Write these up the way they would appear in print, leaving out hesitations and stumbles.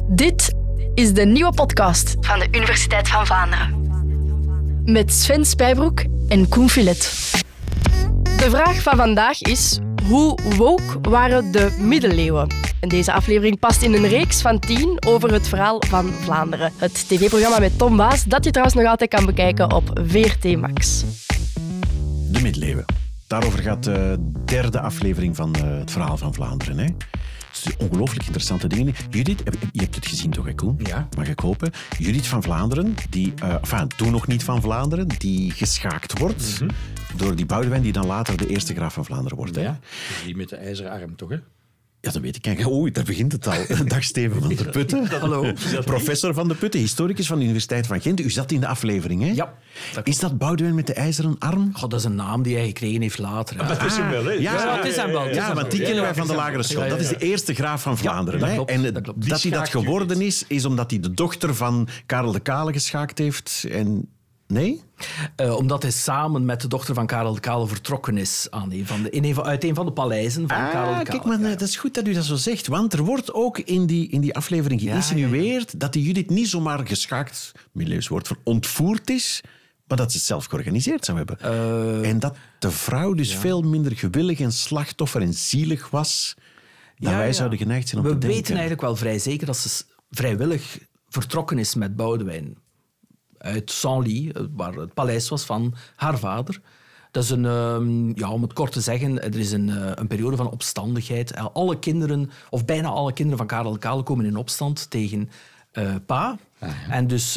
Dit is de nieuwe podcast van de Universiteit van Vlaanderen. Met Sven Spijbroek en Koen Filet. De vraag van vandaag is: hoe woke waren de middeleeuwen? En deze aflevering past in een reeks van 10 over het verhaal van Vlaanderen. Het tv-programma met Tom Waas, dat je trouwens nog altijd kan bekijken op VRT Max. De middeleeuwen. Daarover gaat de derde aflevering van het verhaal van Vlaanderen. Hè? Ongelooflijk interessante dingen. Judith, je hebt het gezien toch, hè, Koen? Ja. Mag ik hopen. Judith van Vlaanderen, toen nog niet van Vlaanderen, die geschaakt wordt door die Boudewijn, die dan later de eerste graaf van Vlaanderen wordt. Hè? Ja, die met de ijzeren arm, toch? Hè? Ja, dat weet ik. Kijk, oei, daar begint het al. Dag Steven van der Putten. Hallo. Professor van der Putten, historicus van de Universiteit van Gent. U zat in de aflevering, hè? Ja. Is dat Boudewijn met de ijzeren arm? God, dat is een naam die hij gekregen heeft later. Hè. Dat is hem wel, hè? Ja, het is hem wel. Ja, want die kennen wij van de lagere school. Dat is de eerste graaf van Vlaanderen. Ja, dat hè? klopt, En dat klopt. dat hij dat geworden is omdat hij de dochter van Karel de Kale geschaakt heeft. En... Nee? Omdat hij samen met de dochter van Karel de Kale vertrokken is uit een van de paleizen van Karel de Kale. Kijk, maar dat is goed dat u dat zo zegt. Want er wordt ook in die aflevering geïnsinueerd dat die Judith niet zomaar geschaakt, middeleeuws woord voor ontvoerd is, maar dat ze het zelf georganiseerd zou hebben. En dat de vrouw dus veel minder gewillig en slachtoffer en zielig was dan wij zouden geneigd zijn om te denken. We weten eigenlijk wel vrij zeker dat ze vrijwillig vertrokken is met Boudewijn uit Senlis, waar het paleis was van haar vader. Dat is om het kort te zeggen, er is een periode van opstandigheid. Alle kinderen, of bijna alle kinderen van Karel de Kale komen in opstand tegen Pa. En dus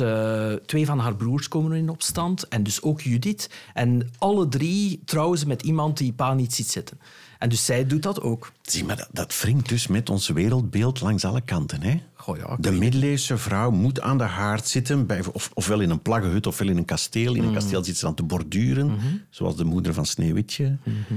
2 van haar broers komen in opstand. En dus ook Judith. En alle 3 trouwen ze met iemand die Pa niet ziet zitten. En dus zij doet dat ook. Zie, maar dat wringt dus met ons wereldbeeld langs alle kanten. Hè? Goh, ja, de middeleeuwse vrouw moet aan de haard zitten, ofwel in een plaggenhut ofwel in een kasteel. In een kasteel zit ze dan te borduren, zoals de moeder van Sneeuwwitje.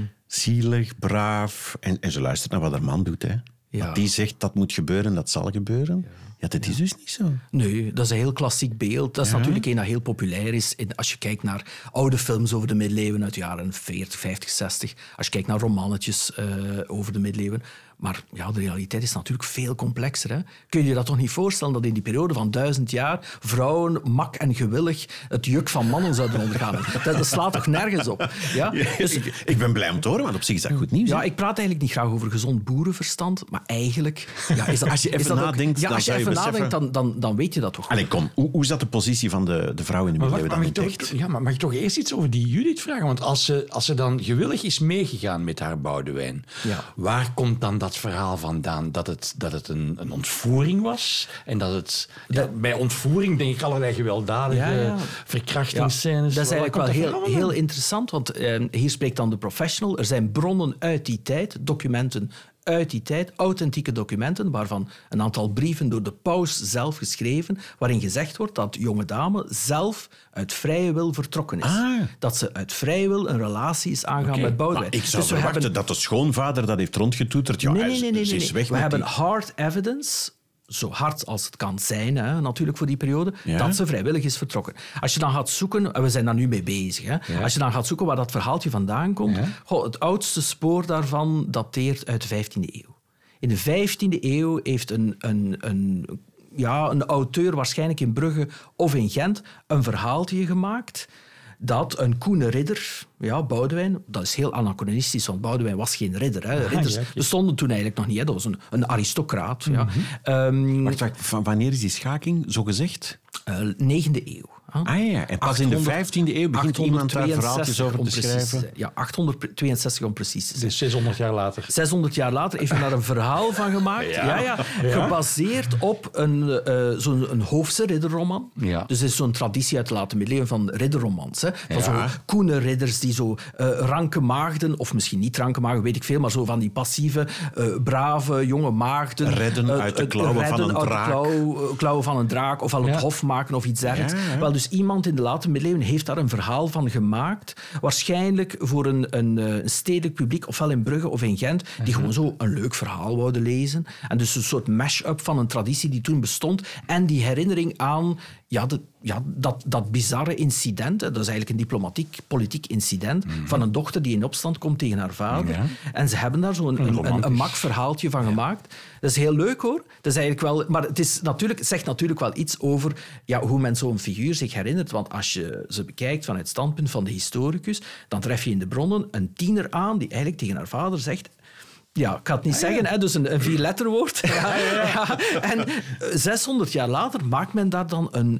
Zielig, braaf. En ze luistert naar wat haar man doet. Hè? Ja. Wat die zegt, dat moet gebeuren, dat zal gebeuren. Ja, dat is dus niet zo. Nee, dat is een heel klassiek beeld. Dat is natuurlijk een dat heel populair is. Als je kijkt naar oude films over de middeleeuwen uit de jaren 40, 50, 60. Als je kijkt naar romannetjes over de middeleeuwen. Maar ja, de realiteit is natuurlijk veel complexer. Hè? Kun je je dat toch niet voorstellen dat in die periode van 1000 jaar vrouwen mak en gewillig het juk van mannen zouden ondergaan? Dat slaat toch nergens op? Ja? Dus, ik ben blij om te horen, want op zich is dat goed nieuws. Ja, hè? ik praat eigenlijk niet graag over gezond boerenverstand, maar eigenlijk... Ja, is dat, als je even is dat nadenkt, ook, dan zou je beseffen... dan weet je dat toch. Allee, kom. Hoe zat de positie van de vrouw in de middeleeuwen dan in het echt? Ja, maar mag ik toch eerst iets over die Judith vragen? Want als ze dan gewillig is meegegaan met haar Boudewijn, waar komt dan dat verhaal vandaan? Dat het een ontvoering was? En dat het... bij ontvoering denk ik allerlei gewelddadige verkrachtingsscènes. Dat is eigenlijk wel heel interessant, want hier spreekt dan de professional. Er zijn bronnen uit die tijd, documenten uit die tijd, authentieke documenten, waarvan een aantal brieven door de paus zelf geschreven, waarin gezegd wordt dat jonge dame zelf uit vrije wil vertrokken is. Dat ze uit vrije wil een relatie is aangegaan met Boudewijn. Maar ik zou verwachten dat de schoonvader dat heeft rondgetoeterd. Ja, nee. Ze is weg. We hebben hard evidence, zo hard als het kan zijn, hè, natuurlijk voor die periode, dat ze vrijwillig is vertrokken. Als je dan gaat zoeken, en we zijn daar nu mee bezig, hè, als je dan gaat zoeken waar dat verhaaltje vandaan komt, het oudste spoor daarvan dateert uit de 15e eeuw. In de 15e eeuw heeft een auteur, waarschijnlijk in Brugge of in Gent, een verhaaltje gemaakt dat een koene ridder, Boudewijn, dat is heel anachronistisch, want Boudewijn was geen ridder. Hè. Ridders bestonden toen eigenlijk nog niet. Hè. Dat was een aristocraat. Wacht, van wanneer is die schaking, zo gezegd? 9e eeuw. En pas in de 15e eeuw begint iemand daar verhaaltjes over te schrijven. Ja, 862 om precies te zijn. Dus 600 jaar later. 600 jaar later heeft men daar een verhaal van gemaakt. Gebaseerd op zo'n Hoofdse ridderroman. Ja. Dus het is zo'n traditie uit de late middeleeuwen van ridderromans. Hè. Van zo koene ridders die zo ranke maagden, of misschien niet ranke maagden, weet ik veel, maar zo van die passieve, brave, jonge maagden. Redden uit de klauwen van een draak. Klauwen van een draak, of al het hof maken of iets dergelijks. Wel, dus iemand in de late middeleeuwen heeft daar een verhaal van gemaakt. Waarschijnlijk voor een stedelijk publiek, ofwel in Brugge of in Gent, die gewoon zo een leuk verhaal wouden lezen. En dus een soort mash-up van een traditie die toen bestond en die herinnering aan dat bizarre incident, dat is eigenlijk een politiek incident, van een dochter die in opstand komt tegen haar vader. Ja. En ze hebben daar zo'n mak verhaaltje van gemaakt. Dat is heel leuk, hoor. Dat is eigenlijk wel, maar het zegt natuurlijk wel iets over hoe men zo'n figuur zich herinnert. Want als je ze bekijkt vanuit het standpunt van de historicus, dan tref je in de bronnen een tiener aan die eigenlijk tegen haar vader zegt... Ja, ik ga het niet zeggen, hè, dus een 4-letterwoord. En 600 jaar later maakt men daar dan een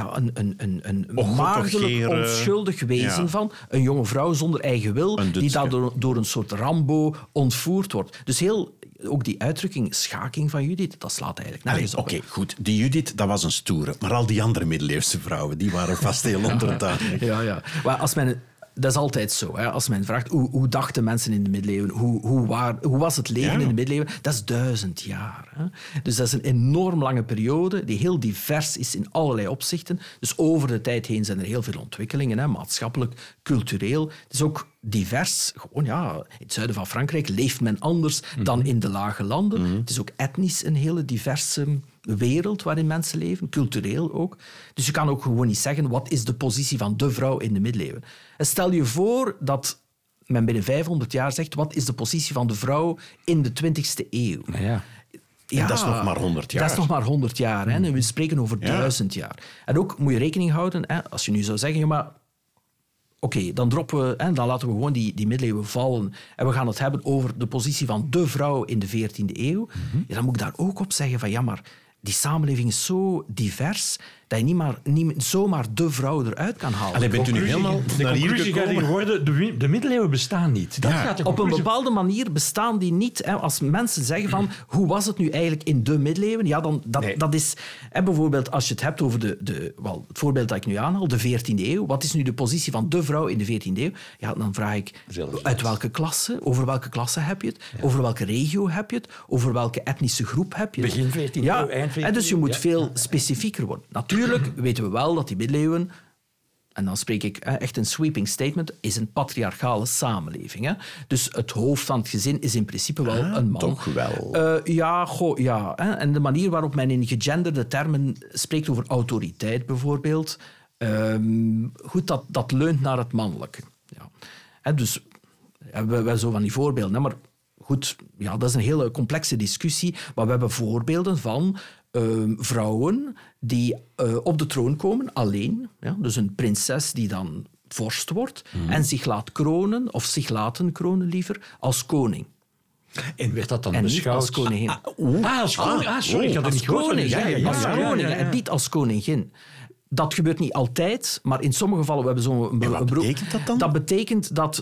maagdelijk, onschuldig wezen van. Een jonge vrouw zonder eigen wil, die door een soort Rambo ontvoerd wordt. Dus ook die uitdrukking schaking van Judith, dat slaat eigenlijk nergens op. Oké, goed. Die Judith, dat was een stoere. Maar al die andere middeleeuwse vrouwen, die waren vast heel onderdanig. Ja. Maar als men... Dat is altijd zo. Hè. Als men vraagt hoe dachten mensen in de middeleeuwen, hoe was het leven in de middeleeuwen, dat is 1000 jaar. Hè. Dus dat is een enorm lange periode die heel divers is in allerlei opzichten. Dus over de tijd heen zijn er heel veel ontwikkelingen, hè, maatschappelijk, cultureel. Het is ook divers. Gewoon, in het zuiden van Frankrijk leeft men anders dan in de lage landen. Het is ook etnisch een hele diverse wereld waarin mensen leven, cultureel ook. Dus je kan ook gewoon niet zeggen, wat is de positie van de vrouw in de middeleeuwen? En stel je voor dat men binnen 500 jaar zegt, wat is de positie van de vrouw in de 20e eeuw? Ja. En dat is nog maar 100 jaar. Dat is nog maar 100 jaar. Hè? En we spreken over 1000 jaar. En ook moet je rekening houden, hè, als je nu zou zeggen, maar oké, dan droppen we, en dan laten we gewoon die middeleeuwen vallen en we gaan het hebben over de positie van de vrouw in de 14e eeuw. Dan moet ik daar ook op zeggen van, maar die samenleving is zo divers dat je niet zomaar de vrouw eruit kan halen. Allee, bent u nu helemaal de conclusie gaat hier worden, de middeleeuwen bestaan niet. Dat gaat op een bepaalde manier bestaan die niet. Hè. Als mensen zeggen van, hoe was het nu eigenlijk in de middeleeuwen? Dat is... bijvoorbeeld, als je het hebt over het voorbeeld dat ik nu aanhaal, de 14e eeuw. Wat is nu de positie van de vrouw in de 14e eeuw? Ja, dan vraag ik, uit welke klasse? Over welke klasse heb je het? Ja. Over welke regio heb je het? Over welke etnische groep heb je het? Begin 14e eeuw, eind 14e eeuw. Dus je moet veel specifieker worden. Natuurlijk weten we wel dat die middeleeuwen, en dan spreek ik echt een sweeping statement, is een patriarchale samenleving. Hè? Dus het hoofd van het gezin is in principe wel een man. Toch wel. Hè? En de manier waarop men in gegenderde termen spreekt over autoriteit bijvoorbeeld, dat leunt naar het mannelijke. Ja. Dus we hebben zo van die voorbeelden. Hè? Maar goed, dat is een hele complexe discussie. Maar we hebben voorbeelden van vrouwen die op de troon komen, alleen. Ja, dus een prinses die dan vorst wordt en zich laat kronen, of zich laten kronen liever, als koning. En werd dat dan en beschouwd? Niet als koningin. Als koning. Sorry, ik had het niet gehoord. Als koning en niet als koningin. Dat gebeurt niet altijd, maar in sommige gevallen we hebben zo'n beroep. Wat betekent dat dan? Dat betekent dat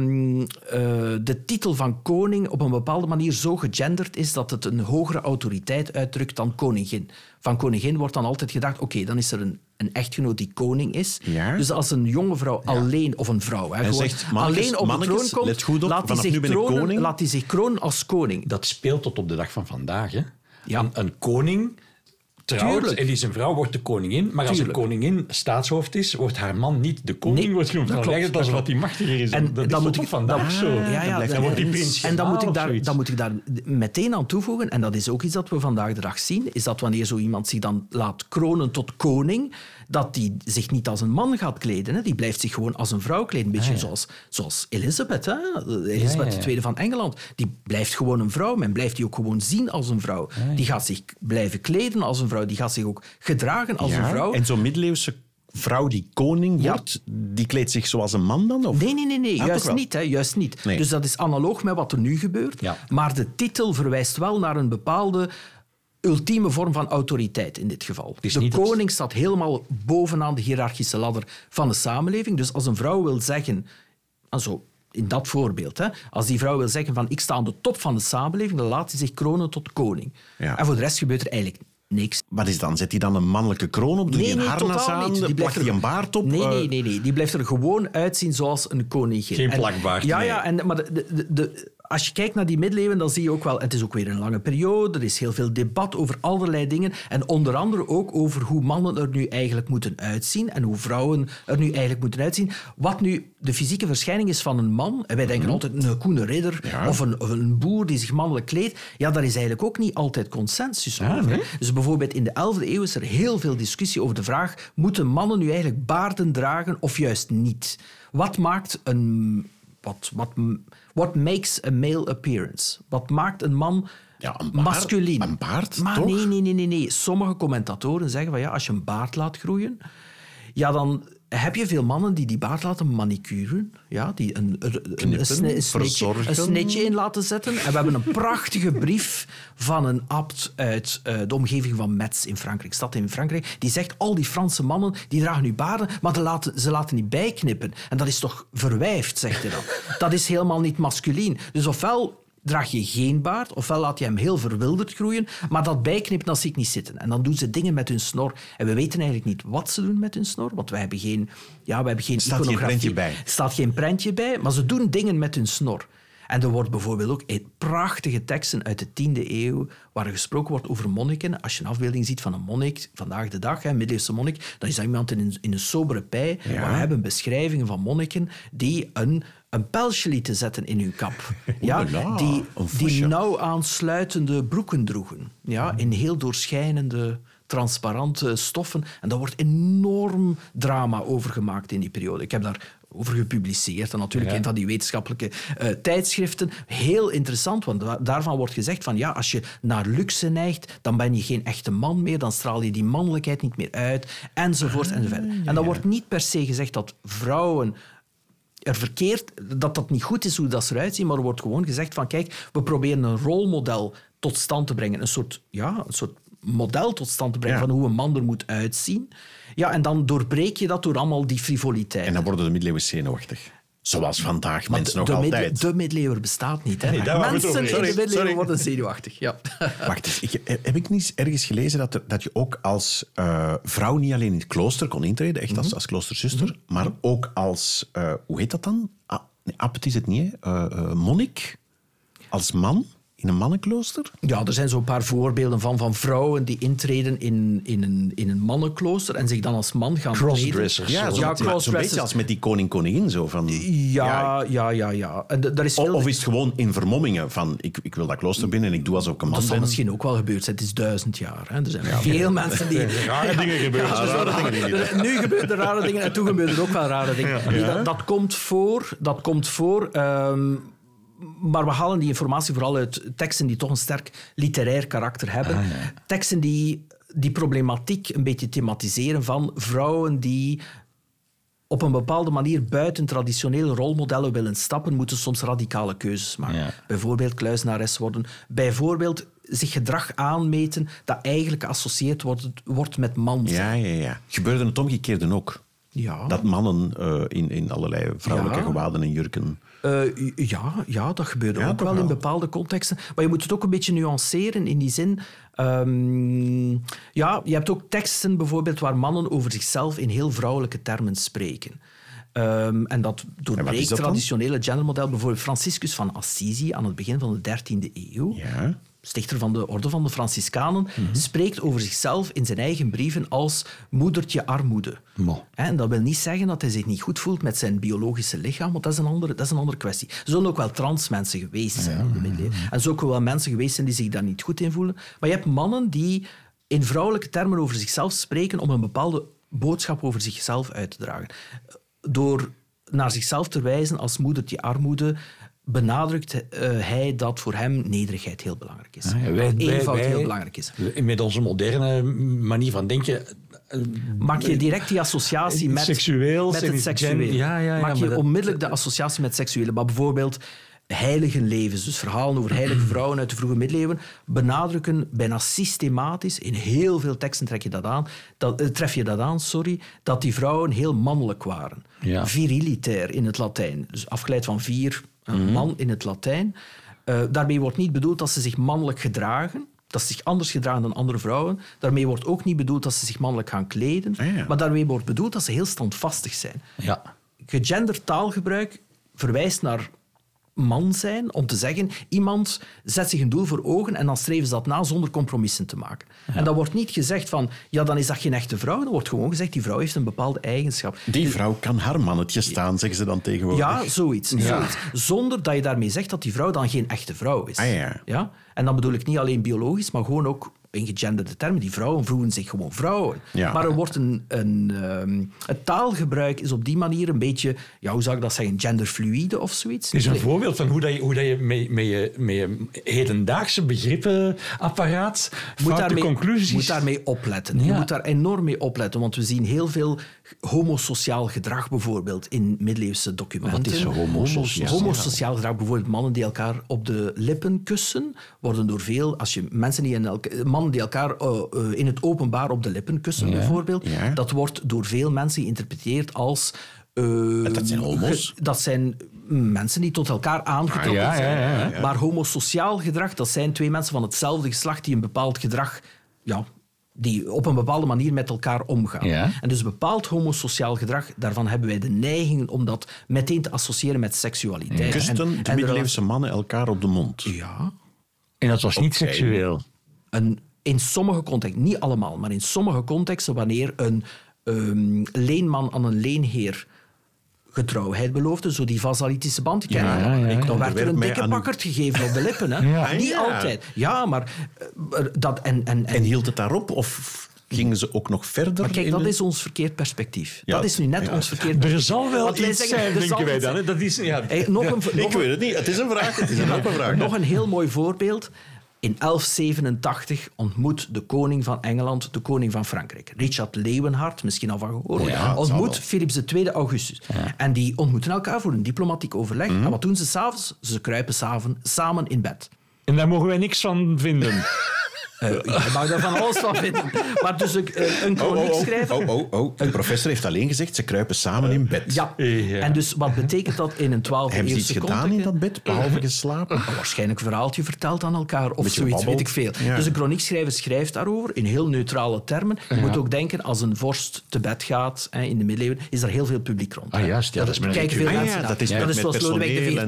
de titel van koning op een bepaalde manier zo gegenderd is dat het een hogere autoriteit uitdrukt dan koningin. Van koningin wordt dan altijd gedacht, oké, dan is er een echtgenoot die koning is. Ja. Dus als een jonge vrouw alleen, of een vrouw, alleen op de troon komt, laat hij zich kronen als koning. Dat speelt tot op de dag van vandaag. Hè? Ja. Een koning trouwt en die zijn vrouw wordt de koningin. Maar als een koningin staatshoofd is, wordt haar man niet de koning. Nee, wordt genoemd. Dan lijkt het alsof hij machtiger is. En dat moet ik vandaag zo. Dan wordt die prins. En dan moet ik daar meteen aan toevoegen, en dat is ook iets dat we vandaag de dag zien, is dat wanneer zo iemand zich dan laat kronen tot koning, dat die zich niet als een man gaat kleden. Hè. Die blijft zich gewoon als een vrouw kleden. Een beetje zoals Elisabeth. Hè. Elisabeth II van Engeland. Die blijft gewoon een vrouw. Men blijft die ook gewoon zien als een vrouw. Die gaat zich blijven kleden als een vrouw. Die gaat zich ook gedragen als een vrouw. En zo'n middeleeuwse vrouw die koning wordt, die kleedt zich zoals een man dan? Of? Nee. Juist niet. Hè. Juist niet. Nee. Dus dat is analoog met wat er nu gebeurt. Ja. Maar de titel verwijst wel naar een bepaalde ultieme vorm van autoriteit in dit geval. De koning staat helemaal bovenaan de hiërarchische ladder van de samenleving. Dus als een vrouw wil zeggen, also in dat voorbeeld, hè, als die vrouw wil zeggen van ik sta aan de top van de samenleving, dan laat hij zich kronen tot koning. Ja. En voor de rest gebeurt er eigenlijk niks. Wat is dan? Zet hij dan een mannelijke kroon op? Doet hij een harnas aan? Plakt hij een baard op? Nee. Die blijft er gewoon uitzien zoals een koningin. Geen plakbaard. Maar als je kijkt naar die middeleeuwen, dan zie je ook wel... Het is ook weer een lange periode, er is heel veel debat over allerlei dingen. En onder andere ook over hoe mannen er nu eigenlijk moeten uitzien en hoe vrouwen er nu eigenlijk moeten uitzien. Wat nu de fysieke verschijning is van een man... En wij denken altijd een koene ridder of een boer die zich mannelijk kleedt. Ja, daar is eigenlijk ook niet altijd consensus over. Nee? Dus bijvoorbeeld in de 11e eeuw is er heel veel discussie over de vraag... Moeten mannen nu eigenlijk baarden dragen of juist niet? Wat maakt een... What makes a male appearance? Wat maakt een man masculien? Een baard, maar toch? Nee. Sommige commentatoren zeggen van als je een baard laat groeien, dan heb je veel mannen die baard laten manicuren, die een snitje in laten zetten. En we hebben een prachtige brief van een abt uit de omgeving van Metz in Frankrijk, stad in Frankrijk, die zegt, al die Franse mannen die dragen nu baarden, maar ze laten niet bijknippen. En dat is toch verwijfd, zegt hij dan. Dat is helemaal niet masculien. Dus ofwel draag je geen baard, ofwel laat je hem heel verwilderd groeien, maar dat bijknippen, dat zie ik niet zitten. En dan doen ze dingen met hun snor. En we weten eigenlijk niet wat ze doen met hun snor, want we hebben geen iconografie. Staat geen prentje bij. Er staat geen prentje bij, maar ze doen dingen met hun snor. En er wordt bijvoorbeeld ook prachtige teksten uit de 10e eeuw waar er gesproken wordt over monniken. Als je een afbeelding ziet van een monnik, vandaag de dag, een middeleeuwse monnik, dan is dat iemand in een sobere pij. Ja. Maar we hebben beschrijvingen van monniken die een pelsje lieten zetten in hun kap. Die nauw aansluitende broeken droegen. Ja, in heel doorschijnende, transparante stoffen. En daar wordt enorm drama over gemaakt in die periode. Ik heb daar over gepubliceerd en natuurlijk in van die wetenschappelijke tijdschriften. Heel interessant, want daarvan wordt gezegd van als je naar luxe neigt, dan ben je geen echte man meer, dan straal je die mannelijkheid niet meer uit, enzovoort enzovoort. En dan wordt niet per se gezegd dat vrouwen dat niet goed is hoe dat ze eruit zien, maar er wordt gewoon gezegd van kijk, we proberen een rolmodel tot stand te brengen, een soort model tot stand te brengen van hoe een man er moet uitzien. Ja, en dan doorbreek je dat door allemaal die frivoliteit. En dan worden de middeleeuwen zenuwachtig. Zoals vandaag mensen nog altijd. De middeleeuwen bestaat niet. Hè? Mensen in de middeleeuwen worden zenuwachtig. Ja. Wacht eens, heb ik niet ergens gelezen dat je ook als vrouw niet alleen in het klooster kon intreden, echt als kloosterzuster, maar ook als, hoe heet dat dan? Abt is het niet, monnik? Als man? In een mannenklooster? Ja, er zijn zo'n paar voorbeelden van vrouwen die intreden in een mannenklooster en zich dan als man gaan crossdressers. Crossdressers. Zo'n beetje als met die koning-koningin. Zo van, Ja. En daar is of is het gewoon in vermommingen van ik wil dat klooster binnen en ik doe alsof ik een man ben? Dat zal misschien ook wel gebeurd zijn. Het is 1000 jaar. Hè. Er zijn veel mensen die... Rare dingen gebeuren. Nu gebeuren er rare dingen en toen gebeuren er ook wel rare dingen. Dat komt voor... Maar we halen die informatie vooral uit teksten die toch een sterk literair karakter hebben. Teksten die problematiek een beetje thematiseren van vrouwen die op een bepaalde manier buiten traditionele rolmodellen willen stappen, moeten soms radicale keuzes maken. Ja. Bijvoorbeeld kluizenares worden. Bijvoorbeeld zich gedrag aanmeten dat eigenlijk geassocieerd wordt met man zijn. Ja. Gebeurde het omgekeerde ook? Ja. Dat mannen in allerlei vrouwelijke gewaden en jurken... dat gebeurde ook wel in bepaalde contexten. Maar je moet het ook een beetje nuanceren in die zin... je hebt ook teksten bijvoorbeeld waar mannen over zichzelf in heel vrouwelijke termen spreken. En dat doorbreekt traditionele gendermodel. Bijvoorbeeld Franciscus van Assisi aan het begin van de 13e eeuw... Ja. Stichter van de orde van de Franciscanen, spreekt over zichzelf in zijn eigen brieven als moedertje armoede. En dat wil niet zeggen dat hij zich niet goed voelt met zijn biologische lichaam, want dat is een andere kwestie. Er zullen ook wel trans mensen geweest zijn in de middeleeuwen. En er zullen ook wel mensen geweest zijn die zich daar niet goed in voelen. Maar je hebt mannen die in vrouwelijke termen over zichzelf spreken om een bepaalde boodschap over zichzelf uit te dragen. Door naar zichzelf te wijzen als moedertje armoede, benadrukt hij dat voor hem nederigheid heel belangrijk is. Eenvoud heel belangrijk is. Met onze moderne manier van denken... Maak je direct die associatie met het seksuele. Maak je onmiddellijk de associatie met het seksuele. Maar bijvoorbeeld heiligenlevens, dus verhalen over heilige vrouwen uit de vroege middeleeuwen, benadrukken bijna systematisch, in heel veel teksten tref je dat aan, dat die vrouwen heel mannelijk waren. Ja. Virilitair in het Latijn. Dus afgeleid van man in het Latijn. Daarmee wordt niet bedoeld dat ze zich mannelijk gedragen, dat ze zich anders gedragen dan andere vrouwen. Daarmee wordt ook niet bedoeld dat ze zich mannelijk gaan kleden, maar daarmee wordt bedoeld dat ze heel standvastig zijn. Ja. Gegenderd taalgebruik verwijst naar man zijn om te zeggen, iemand zet zich een doel voor ogen en dan streven ze dat na zonder compromissen te maken. Ja. En dan wordt niet gezegd van, ja, dan is dat geen echte vrouw. Dan wordt gewoon gezegd, die vrouw heeft een bepaalde eigenschap. Die vrouw kan haar mannetje staan, zeggen ze dan tegenwoordig. Ja, zoiets. Zonder dat je daarmee zegt dat die vrouw dan geen echte vrouw is. Ja? En dan bedoel ik niet alleen biologisch, maar gewoon ook in gegenderde termen. Die vrouwen voelen zich gewoon vrouwen. Ja. Maar er wordt het taalgebruik is op die manier een beetje, ja, hoe zou ik dat zeggen, genderfluïde of zoiets. Is een voorbeeld van hoe dat je met je hedendaagse begrippenapparaat foute conclusies... moet daarmee opletten. Ja. Je moet daar enorm mee opletten, want we zien heel veel homosociaal gedrag bijvoorbeeld in middeleeuwse documenten. Wat is homosociaal? Homosociaal gedrag, bijvoorbeeld mannen die elkaar op de lippen kussen, worden door veel, als je mensen die elkaar in het openbaar op de lippen kussen, bijvoorbeeld, dat wordt door veel mensen geïnterpreteerd als... dat zijn homo's? Dat zijn mensen die tot elkaar aangetrokken zijn. Ja. Maar homosociaal gedrag, dat zijn twee mensen van hetzelfde geslacht die een bepaald gedrag... Ja, die op een bepaalde manier met elkaar omgaan. Ja. En dus bepaald homosociaal gedrag, daarvan hebben wij de neiging om dat meteen te associëren met seksualiteit. Kusten de middeleeuwse mannen elkaar op de mond? Ja. En dat was niet seksueel? In sommige contexten, niet allemaal, maar in sommige contexten, wanneer een leenman aan een leenheer getrouwheid beloofde, zo die vasalitische band kennen. Dan werd er een dikke pakkerd gegeven op de lippen. Hè? Niet altijd. Ja, maar... En hield het daarop? Of gingen ze ook nog verder? Maar kijk, dat is ons verkeerd perspectief. Ja. Dat is nu net ons verkeerd perspectief. Er zal wel iets zijn, denken wij dan. Hè? Dat is, ik weet het niet. Het is een vraag. Het is een open vraag. Nog een heel mooi voorbeeld. In 1187 ontmoet de koning van Engeland de koning van Frankrijk. Richard Leeuwenhard, misschien al van gehoord, ontmoet Philips II Augustus. Ja. En die ontmoeten elkaar voor een diplomatiek overleg. En wat doen ze s'avonds? Ze kruipen samen in bed. En daar mogen wij niks van vinden. Je mag daar van alles van vinden. Maar dus een kroniekschrijver... De professor heeft alleen gezegd, ze kruipen samen in bed. Ja. En dus wat betekent dat in een 12e eeuwse Hebben ze iets gedaan in dat bed, behalve geslapen? Waarschijnlijk een verhaaltje verteld aan elkaar of zoiets, babbel. Weet ik veel. Ja. Dus een kroniekschrijver schrijft daarover in heel neutrale termen. Je moet ook denken, als een vorst te bed gaat in de middeleeuwen, is er heel veel publiek rond. Juist, ja, dat is kijken veel mensen naar. Dat is zoals Lodewijk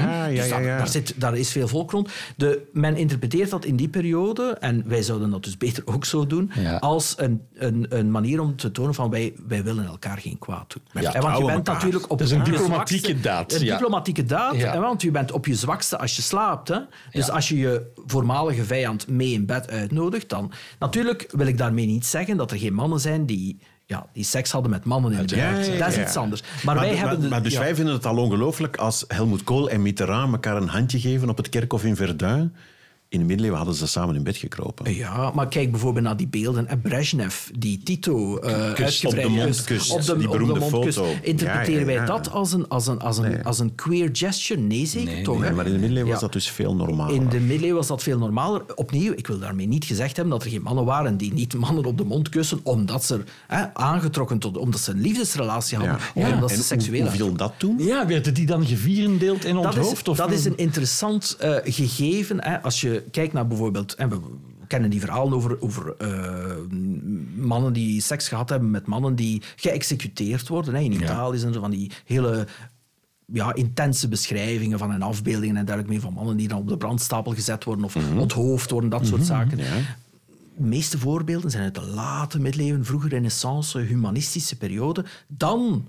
XIV. Daar is veel volk rond. Men interpreteert dat in die periode... En wij zouden dat dus beter ook zo doen, als een manier om te tonen van wij willen elkaar geen kwaad doen. Ja, want je bent natuurlijk op dat is een diplomatieke daad. Een diplomatieke daad, want je bent op je zwakste als je slaapt. Hè? Dus als je je voormalige vijand mee in bed uitnodigt, dan... Natuurlijk wil ik daarmee niet zeggen dat er geen mannen zijn die seks hadden met mannen in de bed. Dat is iets anders. Wij vinden het al ongelooflijk als Helmut Kohl en Mitterrand elkaar een handje geven op het kerkhof in Verdun. In de middeleeuwen hadden ze samen in bed gekropen. Ja, maar kijk bijvoorbeeld naar die beelden. En Brezhnev, die Tito op de mond kust, die beroemde foto. Interpreteren wij dat als een queer gesture? Nee, zeker toch? Nee, maar in de middeleeuwen was dat dus veel normaler. In de middeleeuwen was dat veel normaler. Opnieuw, ik wil daarmee niet gezegd hebben dat er geen mannen waren die niet mannen op de mond kussen omdat ze omdat ze een liefdesrelatie hadden. Of omdat ze seksueel hoe viel dat toen? Ja, werden die dan gevierendeeld en onthoofd? Dat is een interessant gegeven. Als je kijkt naar bijvoorbeeld... En we kennen die verhalen over mannen die seks gehad hebben met mannen die geëxecuteerd worden. In Italië zijn er van die hele intense beschrijvingen van en afbeeldingen en dergelijke meer van mannen die dan op de brandstapel gezet worden of onthoofd worden, dat soort zaken. Ja. De meeste voorbeelden zijn uit de late middeleeuwen, vroege renaissance, humanistische periode. Dan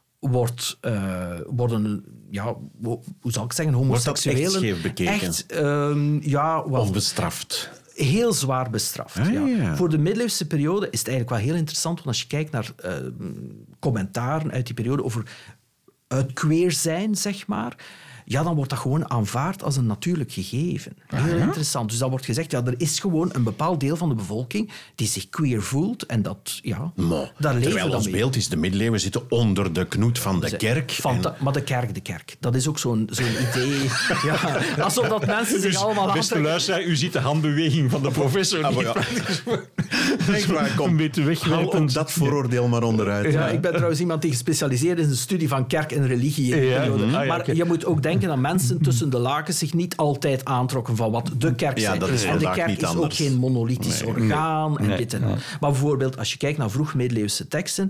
worden, hoe zal ik zeggen, homoseksuelen echt scheef bekeken? Onbestraft. Heel zwaar bestraft. Voor de middeleeuwse periode is het eigenlijk wel heel interessant, want als je kijkt naar commentaren uit die periode over het queer zijn, zeg maar, dan wordt dat gewoon aanvaard als een natuurlijk gegeven. Heel interessant. Dus dan wordt gezegd, er is gewoon een bepaald deel van de bevolking die zich queer voelt en dat, daar leven we terwijl ons beeld is, de middeleeuwen zitten onder de knoet van de kerk. Maar de kerk. Dat is ook zo'n idee. Alsof dat mensen zich allemaal beste luisteraar, u ziet de handbeweging van de professor een beetje wegwerpend. Haal dat vooroordeel maar onderuit. Ik ben trouwens iemand die gespecialiseerd is in de studie van kerk en religie. Maar je moet ook denken dat mensen tussen de lakens zich niet altijd aantrokken van wat de kerk zei. En de kerk is ook geen monolithisch orgaan. Maar bijvoorbeeld, als je kijkt naar vroeg-middeleeuwse teksten,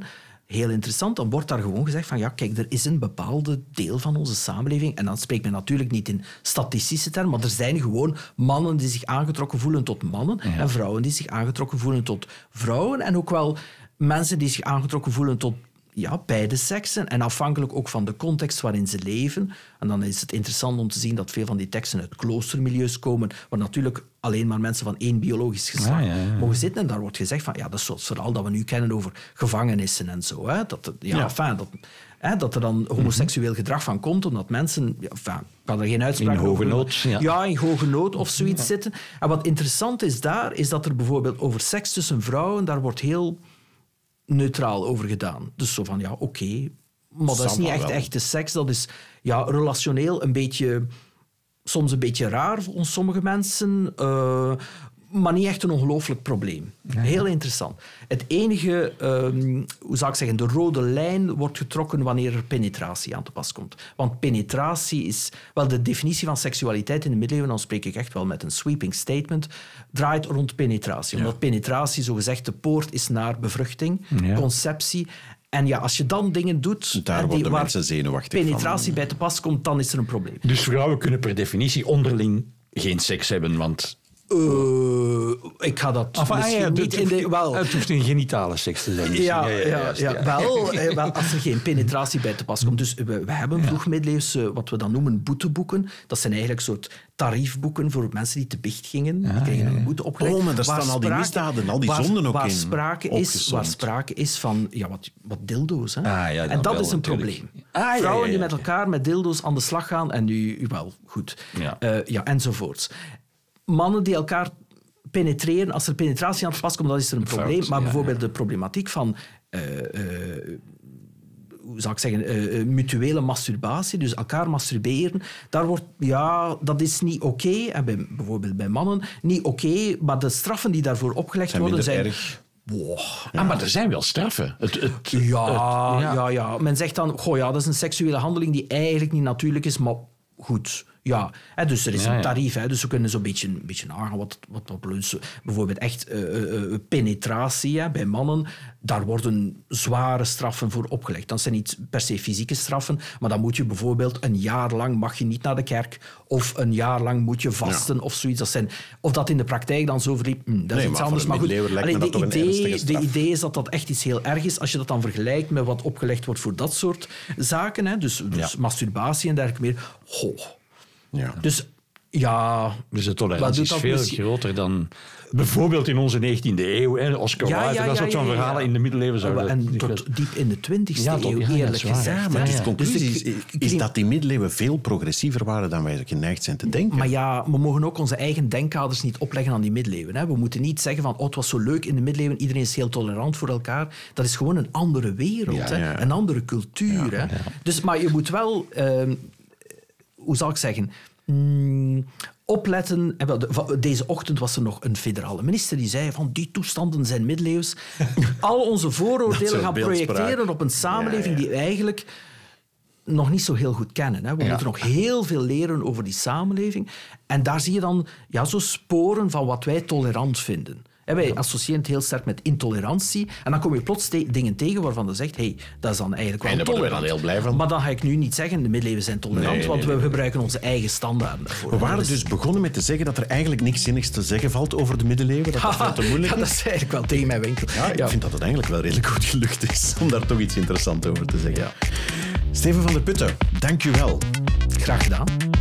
heel interessant. Dan wordt daar gewoon gezegd van, ja, kijk, er is een bepaalde deel van onze samenleving, en dan spreekt men natuurlijk niet in statistische termen, maar er zijn gewoon mannen die zich aangetrokken voelen tot mannen en vrouwen die zich aangetrokken voelen tot vrouwen. En ook wel mensen die zich aangetrokken voelen tot beide seksen. En afhankelijk ook van de context waarin ze leven. En dan is het interessant om te zien dat veel van die teksten uit kloostermilieus komen, waar natuurlijk alleen maar mensen van één biologisch geslacht mogen zitten. En daar wordt gezegd van, dat is zoals verhaal dat we nu kennen over gevangenissen en zo. Hè. Dat er dan homoseksueel gedrag van komt, omdat mensen... ik kan er geen uitspraak over... In hoge nood. In hoge nood of zoiets zitten. En wat interessant is daar, is dat er bijvoorbeeld over seks tussen vrouwen, daar wordt heel neutraal over gedaan. Dus zo van, oké, maar dat is niet echt echte seks. Dat is relationeel soms een beetje raar voor sommige mensen, maar niet echt een ongelooflijk probleem. Heel interessant. Het enige, hoe zou ik zeggen, de rode lijn wordt getrokken wanneer er penetratie aan te pas komt. Want penetratie is... Wel, de definitie van seksualiteit in de middeleeuwen, dan spreek ik echt wel met een sweeping statement, draait rond penetratie. Omdat penetratie, zogezegd, de poort is naar bevruchting, conceptie. En als je dan dingen doet... Daar worden mensen zenuwachtig penetratie bij te pas komt, dan is er een probleem. Dus vrouwen kunnen per definitie onderling geen seks hebben, want... ik ga dat niet in de... Wel, het hoeft een genitale seks te zijn. Wel, als er geen penetratie bij te pas komt. Dus we hebben vroegmiddeleeuws wat we dan noemen boeteboeken. Dat zijn eigenlijk een soort tariefboeken voor mensen die te biecht gingen. Die kregen een boete opgelegd. Maar daar staan al die misdaden, al die zonden ook in. Waar sprake is van wat dildo's. Hè. En dat is een probleem. Natuurlijk. Vrouwen die met elkaar met dildo's aan de slag gaan en nu, goed. Enzovoorts. Mannen die elkaar penetreren, als er penetratie aan te pas komt, dan is er een probleem. Maar bijvoorbeeld de problematiek van hoe zou ik zeggen, mutuele masturbatie, dus elkaar masturberen, daar wordt, dat is niet oké. En bijvoorbeeld bij mannen niet oké, maar de straffen die daarvoor opgelegd worden zijn... Maar er zijn wel straffen. Men zegt dan, dat is een seksuele handeling die eigenlijk niet natuurlijk is, maar goed... dus er is een tarief. Dus we kunnen zo'n beetje nagaan wat bijvoorbeeld echt penetratie bij mannen. Daar worden zware straffen voor opgelegd. Dat zijn niet per se fysieke straffen, maar dan moet je bijvoorbeeld een jaar lang mag je niet naar de kerk of een jaar lang moet je vasten of zoiets. Of dat in de praktijk dan zo verliep, dat is iets anders. Maar goed, de idee is dat dat echt iets heel erg is als je dat dan vergelijkt met wat opgelegd wordt voor dat soort zaken. Dus masturbatie en dergelijke meer. Dus de tolerantie is veel groter dan bijvoorbeeld in onze 19e eeuw. Hè? Oscar Wilde, dat soort van verhalen in de middeleeuwen zouden... En tot diep in de 20e eeuw, eerlijk gezegd. Maar de conclusie is dat die middeleeuwen veel progressiever waren dan wij geneigd zijn te denken. Maar we mogen ook onze eigen denkkaders niet opleggen aan die middeleeuwen. Hè? We moeten niet zeggen van, het was zo leuk in de middeleeuwen, iedereen is heel tolerant voor elkaar. Dat is gewoon een andere wereld, een andere cultuur. Hè? Dus, maar je moet wel... hoe zal ik zeggen... opletten. Deze ochtend was er nog een federale minister die zei van die toestanden zijn middeleeuws. Al onze vooroordelen gaan projecteren op een samenleving die we eigenlijk nog niet zo heel goed kennen. Hè. We moeten nog heel veel leren over die samenleving. En daar zie je dan zo sporen van wat wij tolerant vinden. Wij associëren het heel sterk met intolerantie. En dan kom je plots dingen tegen waarvan je zegt, dat is dan eigenlijk wel tolerant. Dan heel blij van. Maar dan ga ik nu niet zeggen, de middeleeuwen zijn tolerant, want we gebruiken onze eigen standaarden daarvoor. We waren dus begonnen met te zeggen dat er eigenlijk niks zinnigs te zeggen valt over de middeleeuwen. Dat veel te moeilijk is. Dat is eigenlijk wel tegen mijn winkel. Ik vind dat het eigenlijk wel redelijk goed gelukt is om daar toch iets interessants over te zeggen. Steven van der Putten, dank u wel. Graag gedaan.